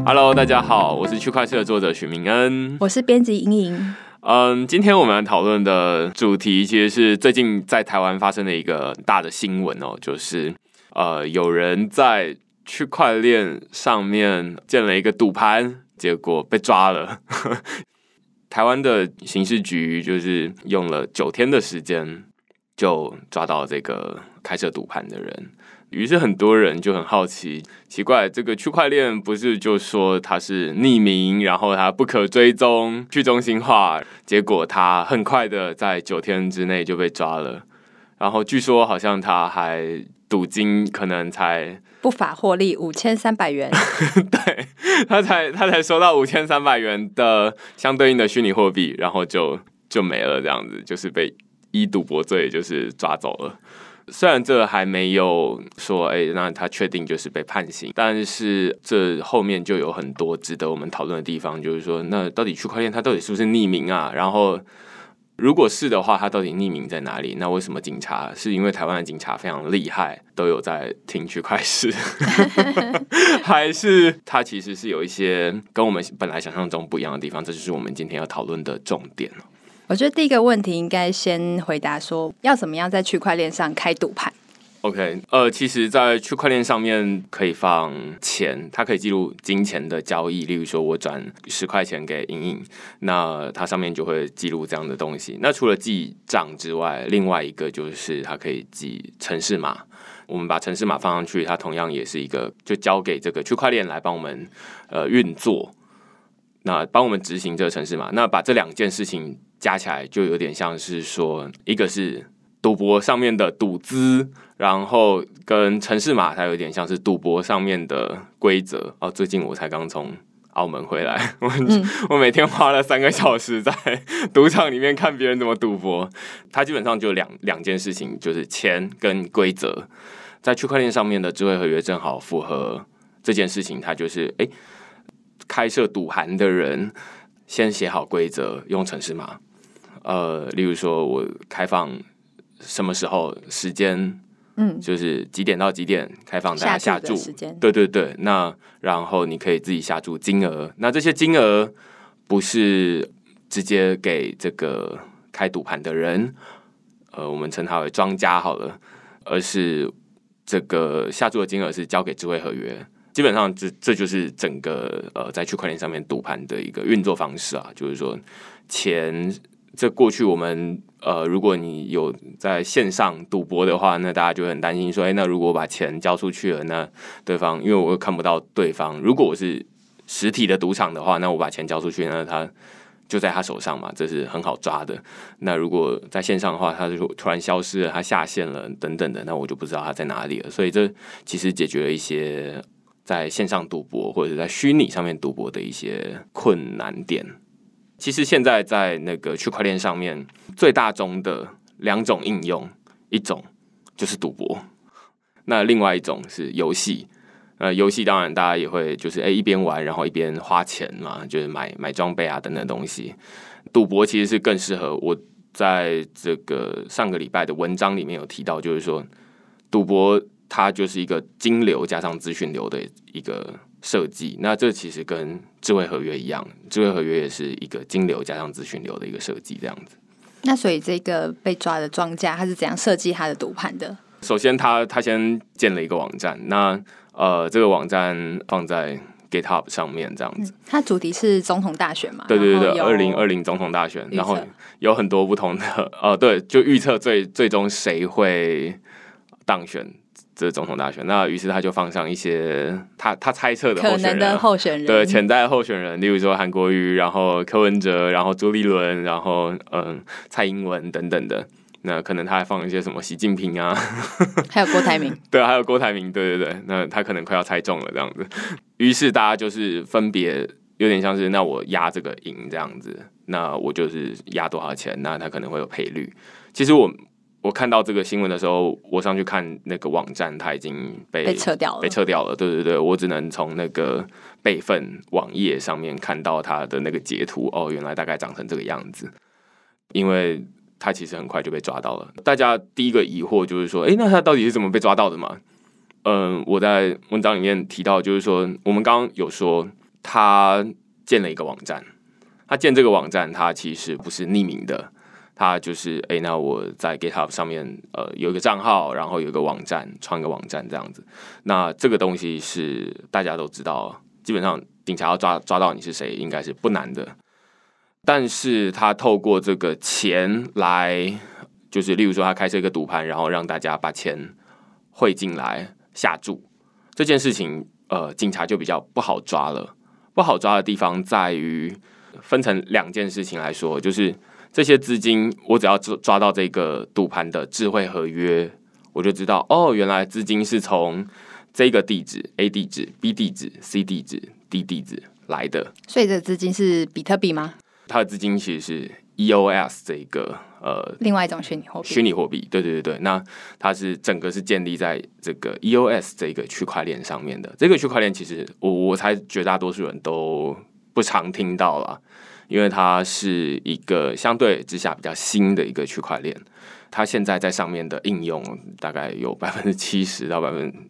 Hello， 大家好，我是区块链的作者许明恩， 我是编辑莹莹。 今天我们讨论的主题其实是最近在台湾发生的一个大的新闻哦，就是有人在区块链上面建了一个赌盘，结果被抓了。台湾的刑事局就是用了9天的时间就抓到这个开设赌盘的人。于是很多人就很好奇，奇怪，这个区块链不是就说它是匿名，然后它不可追踪、去中心化，结果它很快的在9天之内就被抓了。然后据说好像他还赌金可能才不法获利5300元， 对，他才收到5300元的相对应的虚拟货币，然后就没了，这样子就是被依赌博罪就是抓走了。虽然这还没有说，那他确定就是被判刑，但是这后面就有很多值得我们讨论的地方，就是说，那到底区块链它到底是不是匿名啊？然后，如果是的话，它到底匿名在哪里？那为什么警察是因为台湾的警察非常厉害，都有在听区块市，还是它其实是有一些跟我们本来想象中不一样的地方？这就是我们今天要讨论的重点。 我觉得第一个问题应该先回答说，要怎么样在区块链上开赌盘 ？OK， 其实，在区块链上面可以放钱，它可以记录金钱的交易。例如说，我转10块钱给莹莹，那它上面就会记录这样的东西。那除了记账之外，另外一个就是它可以记程式码。我们把程式码放上去，它同样也是一个，就交给这个区块链来帮我们运作，那帮我们执行这个程式码。那把这2件事情加起来就有点像是说，一个是赌博上面的赌资，然后跟程式码它有点像是赌博上面的规则。最近我才刚从澳门回来，我每天花了3个小时在赌场里面看别人怎么赌博。它基本上就两件事情，就是钱跟规则。在区块链上面的智慧合约正好符合这件事情，它就是开设赌盘的人先写好规则，用程式码。例如说我开放什么时候时间，就是几点到几点开放大家下注，对对对。那然后你可以自己下注金额，那这些金额不是直接给这个开赌盘的人，我们称它为庄家好了，而是这个下注的金额是交给智慧合约。基本上这就是整个在区块链上面赌盘的一个运作方式啊，就是说钱。这过去我们如果你有在线上赌博的话，那大家就很担心说，那如果我把钱交出去了，那对方因为我又看不到对方，如果我是实体的赌场的话，那我把钱交出去，那他就在他手上嘛，这是很好抓的。那如果在线上的话，他就突然消失了，他下线了等等的，那我就不知道他在哪里了。所以这其实解决了一些在线上赌博或者在虚拟上面赌博的一些困难点。其实现在在那个区块链上面最大宗的2种应用，一种就是赌博，那另外一种是游戏。游戏当然大家也会就是一边玩然后一边花钱嘛，就是买装备啊等等东西。赌博其实是更适合，我在这个上个礼拜的文章里面有提到，就是说赌博它就是一个金流加上资讯流的一个设计，那这其实跟智慧合约一样，智慧合约也是一个金流加上资讯流的一个设计，这样子。 那所以这个被抓的庄家他是怎样设计他的赌盘的？ 首先他先建了一个网站，那这个网站放在 GitHub 上面这样子。 它主题是总统大选嘛？ 对对对，2020总统大选，然后有很多不同的对，就预测最终谁会当选。这总统大选，那于是他就放上一些他猜测的候选人， 可能的候选人， 对，潜在的候选人，例如说韩国瑜，然后柯文哲，然后朱立伦，然后蔡英文等等的。那可能他还放一些什么习近平啊， 还有郭台铭， 对，还有郭台铭，对对对，那他可能快要猜中了这样子。于是大家就是分别有点像是，那我压这个赢这样子，那我就是压多少钱，那他可能会有赔率。其实我看到这个新闻的时候，我上去看那个网站，它已经被撤掉了。对对对，我只能从那个备份网页上面看到它的那个截图。原来大概长成这个样子。因为它其实很快就被抓到了。大家第一个疑惑就是说，那它到底是怎么被抓到的嘛？我在文章里面提到，就是说，我们刚刚有说， 他建了一个网站，他建这个网站，他其实不是匿名的，他就是那我在 GitHub 上面有一个账号，然后有一个网站，创一个网站这样子。那这个东西是大家都知道，基本上警察要抓到你是谁，应该是不难的。但是他透过这个钱来，就是例如说他开设一个赌盘，然后让大家把钱汇进来下注，这件事情警察就比较不好抓了。不好抓的地方在于分成2件事情来说，就是这些资金我只要抓到这个赌盘的智慧合约，我就知道原来资金是从这个地址 A 地址 B 地址 C 地址 D 地址来的。 所以这资金是比特币吗？ 它的资金其实是 EOS 这个另外一种虚拟货币。 虚拟货币，对对对。那它是整个是建立在这个 EOS 这个区块链上面的。这个区块链其实我猜绝大多数人都不常听到啦，因为它是一个相对之下比较新的一个区块链。它现在在上面的应用大概有70%到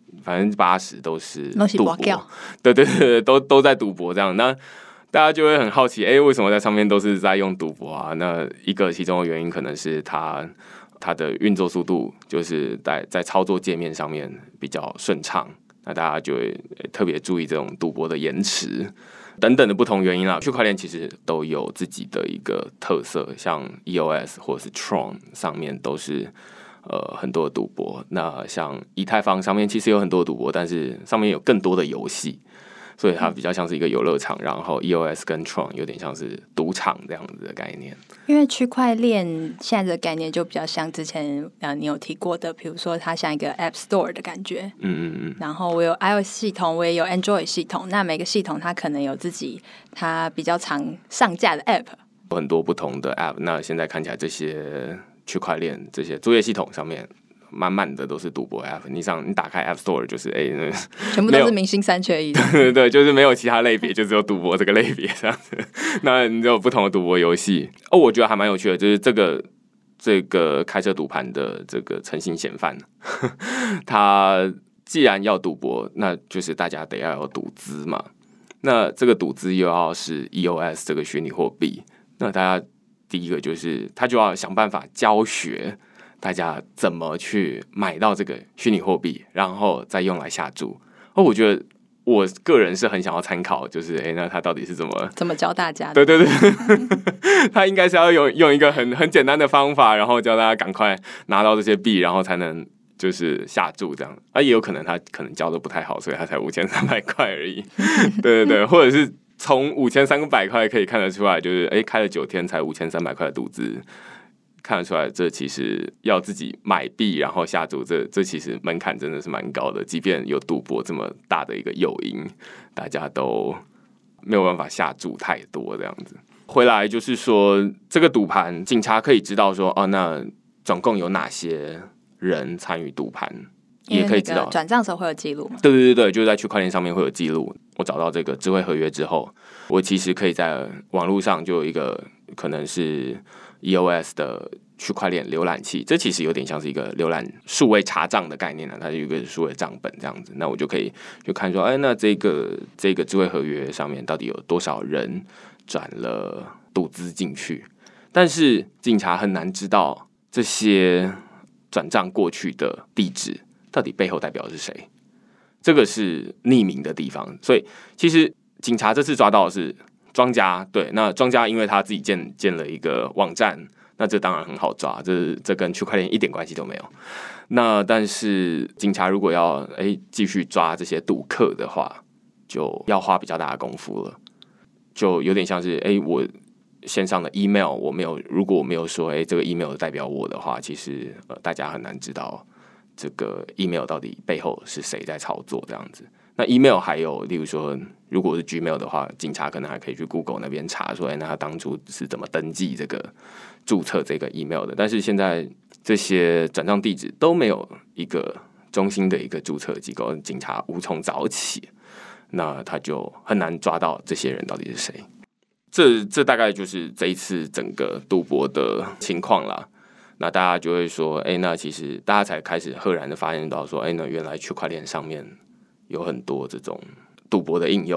80%都是赌博，对对对，都在赌博这样。那大家就会很好奇，为什么在上面都是在用赌博啊？那一个其中的原因可能是它的运作速度，就是在操作界面上面比较顺畅，那大家就会特别注意这种赌博的延迟等等的不同原因啦。区块链其实都有自己的一个特色，像 EOS 或者是 Tron 上面都是很多的赌博。那像以太坊上面其实有很多赌博，但是上面有更多的游戏。所以它比较像是一个游乐场，然后 EOS 跟 Tron 有点像是赌场这样子的概念。 因为区块链现在的概念就比较像之前你有提过的，比如说它像一个 App Store 的感觉。然后我有 iOS 系统，我也有 Android 系统，那每个系统它可能有自己它比较常上架的 App， 有很多不同的 App。那现在看起来这些区块链这些作业系统上面，满满的都是赌博 App。你打开 App Store 就是全部都是明星3缺1的。 对对，就是没有其他类别，就只有赌博这个类别这样子。那你就有不同的赌博游戏。我觉得还蛮有趣的，就是这个开设赌盘的这个诚信嫌犯，他既然要赌博，那就是大家得要有赌资嘛。那这个赌资又要是 EOS 这个虚拟货币，那大家第一个就是他就要想办法教学大家怎么去买到这个虚拟货币，然后再用来下注。我觉得我个人是很想要参考，就是那他到底是怎么教大家的？对对对，他应该是要用一个很简单的方法，然后教大家赶快拿到这些币，然后才能就是下注这样。也有可能他可能教的不太好，所以他才5300块而已。对对对，或者是从5300块可以看得出来，就是开了9天才5300块的赌资。看得出来，这其实要自己买币然后下注，这其实门槛真的是蛮高的。即便有赌博这么大的一个诱因，大家都没有办法下注太多这样子。回来就是说，这个赌盘，警察可以知道说，那总共有哪些人参与赌盘，也可以知道转账时候会有记录吗？ 对对对，就是在区块链上面会有记录。我找到这个智慧合约之后，我其实可以在网络上就有一个可能是EOS 的区块链浏览器，这其实有点像是一个浏览数位查账的概念它有一个数位账本这样子。那我就可以就看说，那这个智慧合约上面到底有多少人转了赌资进去？但是警察很难知道这些转账过去的地址到底背后代表的是谁，这个是匿名的地方。所以其实警察这次抓到的是庄家，对，那庄家因为他自己建了一个网站，那这当然很好抓，这跟区块链一点关系都没有。那但是警察如果要继续抓这些赌客的话，就要花比较大的功夫了，就有点像是我线上的 email 如果我没有说这个 email 代表我的话，其实大家很难知道这个 email 到底背后是谁在操作这样子。那 email 还有例如说如果是 Gmail 的话，警察可能还可以去 Google 那边查说那他当初是怎么登记这个注册这个 email 的。但是现在这些转账地址都没有一个中心的一个注册机构，警察无从找起，那他就很难抓到这些人到底是谁。这大概就是这一次整个赌博的情况啦。那大家就会说那其实大家才开始赫然的发现到说那原来区块链上面有很多这种赌博的应用，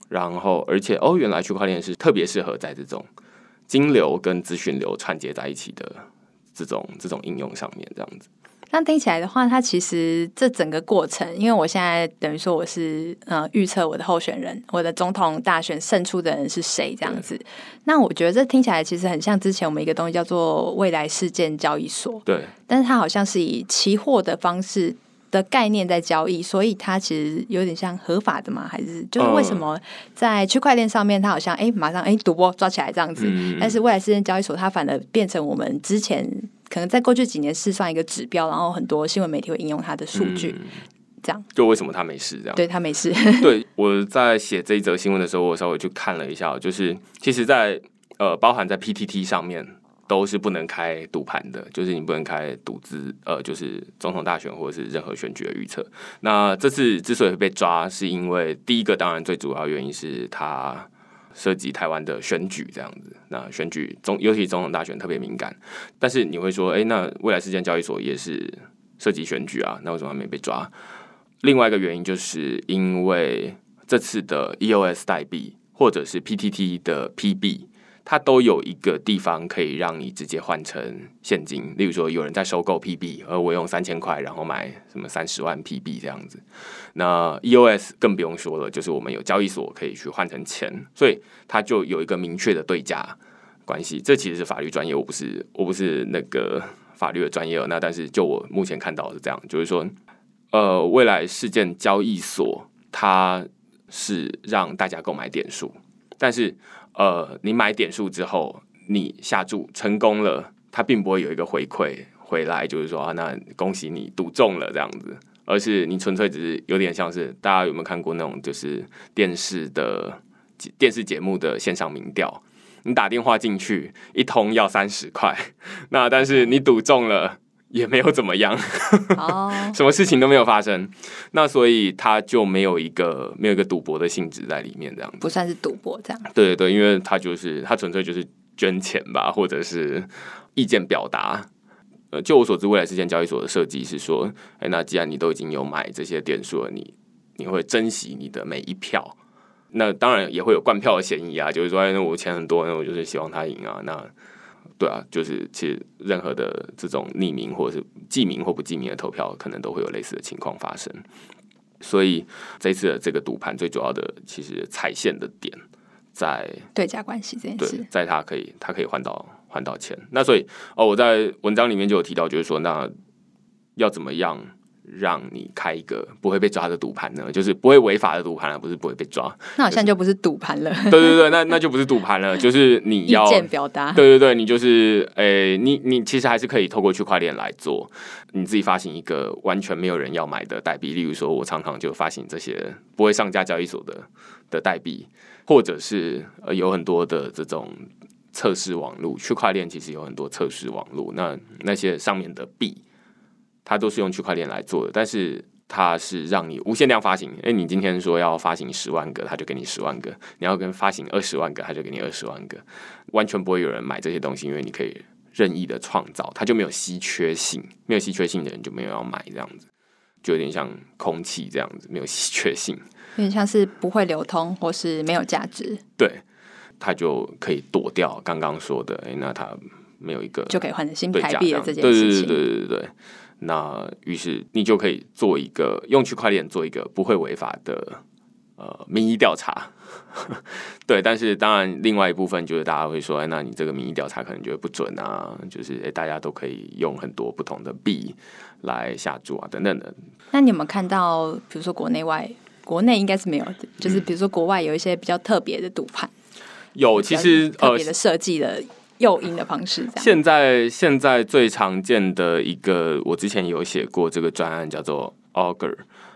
然后而且原来区块链是特别适合在这种金流跟资讯流串接在一起的这种应用上面，这样子。 那听起来的话，它其实这整个过程，因为我现在等于说我是预测我的候选人，我的总统大选胜出的人是谁这样子。那我觉得这听起来其实很像之前我们一个东西叫做未来事件交易所， 对， 但是它好像是以期货的方式的概念在交易，所以它其实有点像合法的嘛？还是就是为什么在区块链上面它好像马上赌博抓起来这样子，但是未来事件交易所它反而变成我们之前可能在过去几年试算一个指标，然后很多新闻媒体会引用它的数据，这样就为什么他没事这样？ 对，他没事。 对，我在写这一则新闻的时候，我稍微去看了一下，就是其实在包含在 PTT 上面都是不能开赌盘的，就是你不能开赌资，就是总统大选或者是任何选举的预测。那这次之所以会被抓，是因为第一个当然最主要原因是它涉及台湾的选举这样子。那选举尤其总统大选特别敏感，但是你会说，那未来事件交易所也是涉及选举啊，那为什么还没被抓？另外一个原因就是因为这次的 EOS 代币或者是 PTT 的 PB。它都有一个地方可以让你直接换成现金，例如说有人在收购 PB， 而我用3000块然后买什么30万 PB 这样子。那 EOS 更不用说了，就是我们有交易所可以去换成钱，所以它就有一个明确的对价关系。这其实是法律专业，我不是那个法律的专业，那但是就我目前看到的是这样，就是说，未来事件交易所它是让大家购买点数，但是你买点数之后，你下注成功了，它并不会有一个回馈回来，就是说那恭喜你赌中了这样子，而是你纯粹只是有点像是大家有没有看过那种就是电视节目的线上民调，你打电话进去一通要30块，那但是你赌中了。也没有怎么样什么事情都没有发生，那所以它就没有一个赌博的性质在里面，这样子不算是赌博这样。 对对，因为它纯粹就是捐钱吧，或者是意见表达。就我所知，未来事件交易所的设计是说，那既然你都已经有买这些点数了，你会珍惜你的每一票。那当然也会有灌票的嫌疑啊，就是说，那我钱很多，那我就是希望他赢啊，那。对啊，就是其实任何的这种匿名或者是记名或不记名的投票，可能都会有类似的情况发生。所以这一次的这个赌盘最主要的，其实踩线的点在对价关系这件事， 对，在它可以换到钱。那所以我在文章里面就有提到，就是说，那要怎么样让你开一个不会被抓的赌盘呢？就是不会违法的赌盘，而不是不会被抓。 那好像就不是赌盘了。 对对对，那就不是赌盘了，就是你要意见表达。 对对对，你就是你其实还是可以透过区块链来做，你自己发行一个完全没有人要买的代币，例如说我常常就发行这些不会上架交易所的代币，或者是有很多的这种测试网路，区块链其实有很多测试网路，那些上面的币。它都是用区块链来做的，但是它是让你无限量发行。你今天说要发行10万个，它就给你10万个；你要跟发行20万个，它就给你20万个。完全不会有人买这些东西，因为你可以任意的创造，它就没有稀缺性。没有稀缺性的人就没有要买，这样子就有点像空气这样子，没有稀缺性， 有点像是不会流通或是没有价值。 对，它就可以躲掉刚刚说的，那它没有一个就可以换成新台币的这件事情。 对。那于是你就可以做一个用区块链做一个不会违法的民意调查，对。但是当然，另外一部分就是大家会说，那你这个民意调查可能觉得不准啊，就是大家都可以用很多不同的币来下注啊，等等的。 那你有没有看到，比如说国内应该是没有，就是比如说国外有一些比较特别的赌盘？ 有，其实特别的设计的。诱因的方式这样。现在最常见的一个，我之前有写过这个专案，叫做 Augur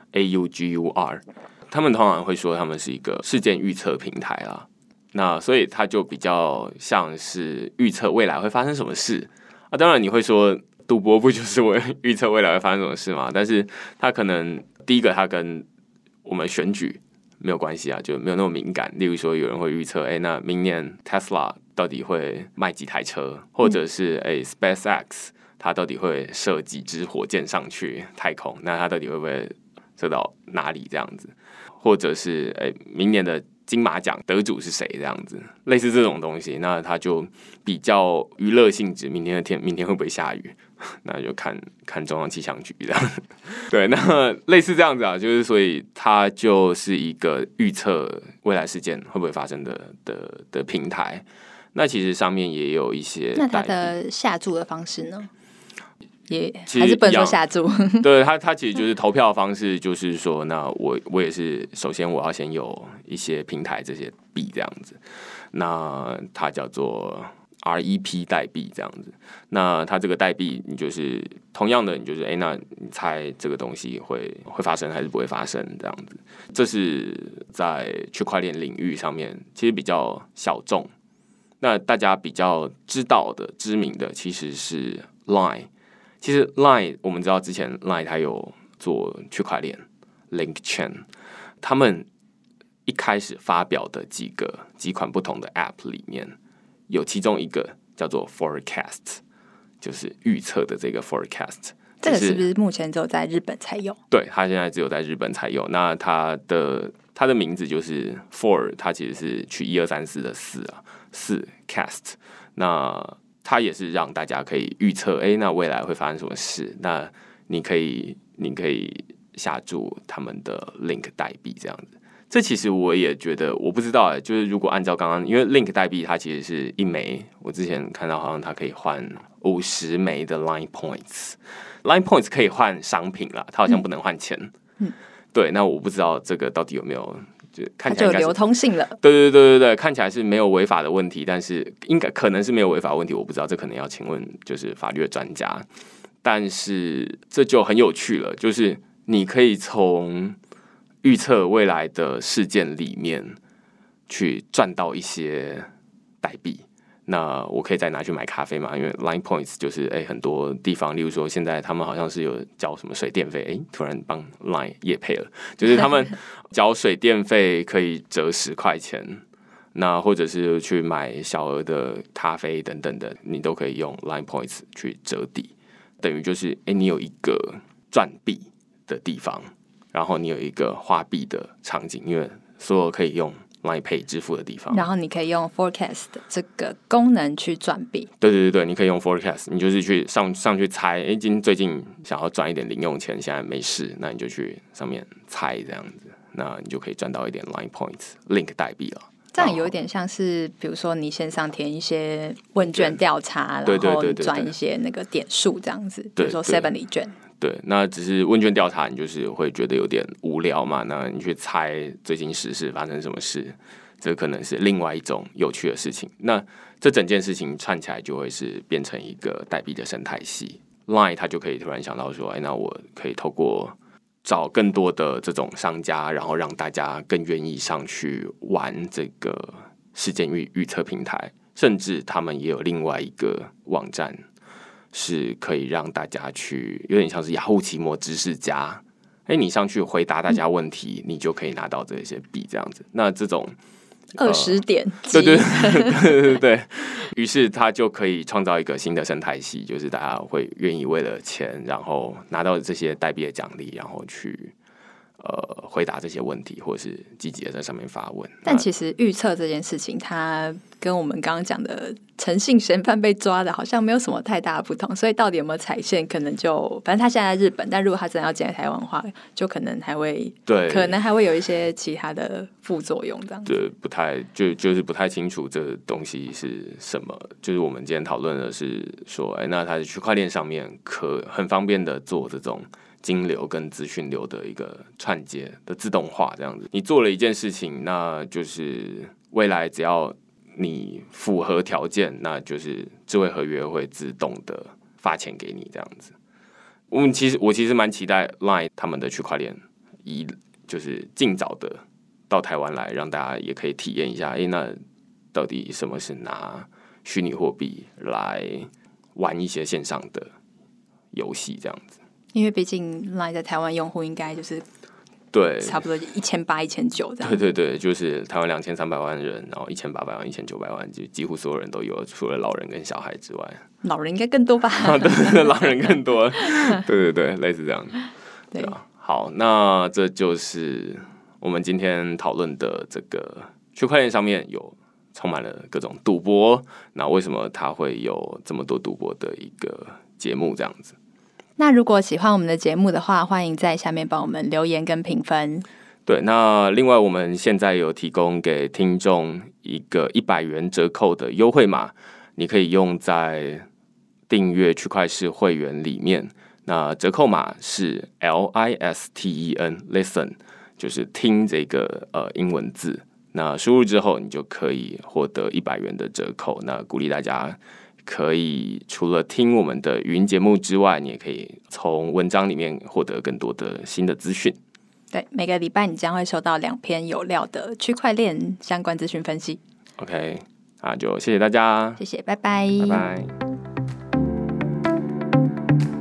AUGUR， 他们通常会说他们是一个事件预测平台啦。那所以它就比较像是预测未来会发生什么事啊。当然你会说赌博不就是我预测未来会发生什么事吗？但是它可能第一个它跟我们选举没有关系啊，就没有那么敏感。例如说有人会预测，那明年 Tesla到底会卖几台车，或者是SpaceX 它到底会射几支火箭上去太空，那它到底会不会射到哪里这样子，或者是明年的金马奖得主是谁这样子，类似这种东西，那它就比较娱乐性质。明天会不会下雨？那就看中央气象局这样。对，那类似这样子啊，就是所以它就是一个预测未来事件会不会发生的平台。那其实上面也有一些， 那它的下注的方式呢？也还是不能说下注。 对，它其实就是投票的方式，就是说，那我也是首先我要先有一些平台这些币这样子，那它叫做REP 代币这样子。那它这个代币，你就是同样的，你就是那你猜这个东西会发生还是不会发生这样子。这是在区块链领域上面其实比较小众。那大家比较知道的、知名的其实是 Line。其实 Line 我们知道之前 Line 它有做区块链 Link Chain， 他们一开始发表的几款不同的 App 里面，有其中一个叫做 Forecast， 就是预测的这个 Forecast。 这个是不是目前只有在日本才有？ 对，它现在只有在日本才有。那它的名字就是 For， 它其实是取1234的4 cast。那它也是让大家可以预测，那未来会发生什么事？那你可以下注他们的 Link 代币这样子。这其实我也觉得，我不知道就是如果按照刚刚，因为 Link 代币它其实是1枚，我之前看到好像它可以换50枚的 Line Points。Line Points 可以换商品啦，它好像不能换钱。对，那我不知道这个到底有没有。就看起来应该是它就有流通性了。 对，看起来是没有违法的问题，但是可能是没有违法的问题，我不知道，这可能要请问就是法律的专家。但是这就很有趣了，就是你可以从预测未来的事件里面去赚到一些代币。那我可以再拿去买咖啡嘛？因为 Line Points 就是很多地方，例如说现在他们好像是有交什么水电费，突然帮 Line 业配了，就是他们缴水电费可以折10块钱，那或者是去买小额的咖啡等等的，你都可以用 Line Points 去折抵，等于就是你有一个赚币的地方，然后你有一个花币的场景，因为所有可以用Line Pay 支付的地方， 然后你可以用 Forecast 这个功能去赚币。 对，你可以用 Forecast， 你就是去上去猜，最近想要赚一点零用钱，现在没事，那你就去上面猜这样子，那你就可以赚到一点 Line Points Link 代币了。 这样有点像是，比如说你线上填一些问卷调查，然后你赚一些那个点数这样子，比如说 7 礼券。 对，那只是问卷调查，你就是会觉得有点无聊嘛？那你去猜最近时事发生什么事，这可能是另外一种有趣的事情。那这整件事情串起来，就会是变成一个代币的生态系。Line 它就可以突然想到说，那我可以透过找更多的这种商家，然后让大家更愿意上去玩这个事件预测平台，甚至他们也有另外一个网站。是可以让大家去，有点像是雅虎奇摩知识家，你上去回答大家问题，你就可以拿到这些币这样子。那这种 20点， 对，于是他就可以创造一个新的生态系，就是大家会愿意为了钱，然后拿到这些代币的奖励，然后去回答这些问题，或者是积极的在上面发问。 但其实预测这件事情，它跟我们刚刚讲的诚信嫌犯被抓的好像没有什么太大的不同，所以到底有没有踩线，可能就反正他现在在日本，但如果他真的要进来台湾的话，就可能还会有一些其他的副作用这样子。 对，不太就是不太清楚这个东西是什么。就是我们今天讨论的是说，那它的区块链上面很方便的做这种金流跟资讯流的一个串接的自动化，这样子，你做了一件事情，那就是未来只要你符合条件，那就是智慧合约会自动的发钱给你这样子。我其实蛮期待 Line 他们的区块链就是尽早的到台湾来，让大家也可以体验一下，那到底什么是拿虚拟货币来玩一些线上的游戏这样子。 因为毕竟 Line 在台湾用户应该就是对差不多1800、1900这样。 对，就是台湾2300万人，然后1800万、1900万，就几乎所有人都有，除了老人跟小孩之外。 老人应该更多吧？ 对，老人更多。对，类似这样。对啊，好，那这就是我们今天讨论的这个区块链上面充满了各种赌博，那为什么它会有这么多赌博的一个节目这样子？ 那如果喜欢我们的节目的话，欢迎在下面帮我们留言跟评分。 对，那另外我们现在有提供给听众一个100元折扣的优惠码，你可以用在订阅区块市会员里面。那折扣码是 LISTEN， 就是听这个英文字。那输入之后，你就可以获得100元的折扣。那鼓励大家可以除了听我们的语音节目之外，你也可以从文章里面获得更多的新的资讯。 对，每个礼拜你将会收到2篇有料的区块链相关资讯分析。 OK， 那就谢谢大家， 谢谢，拜拜， 拜拜。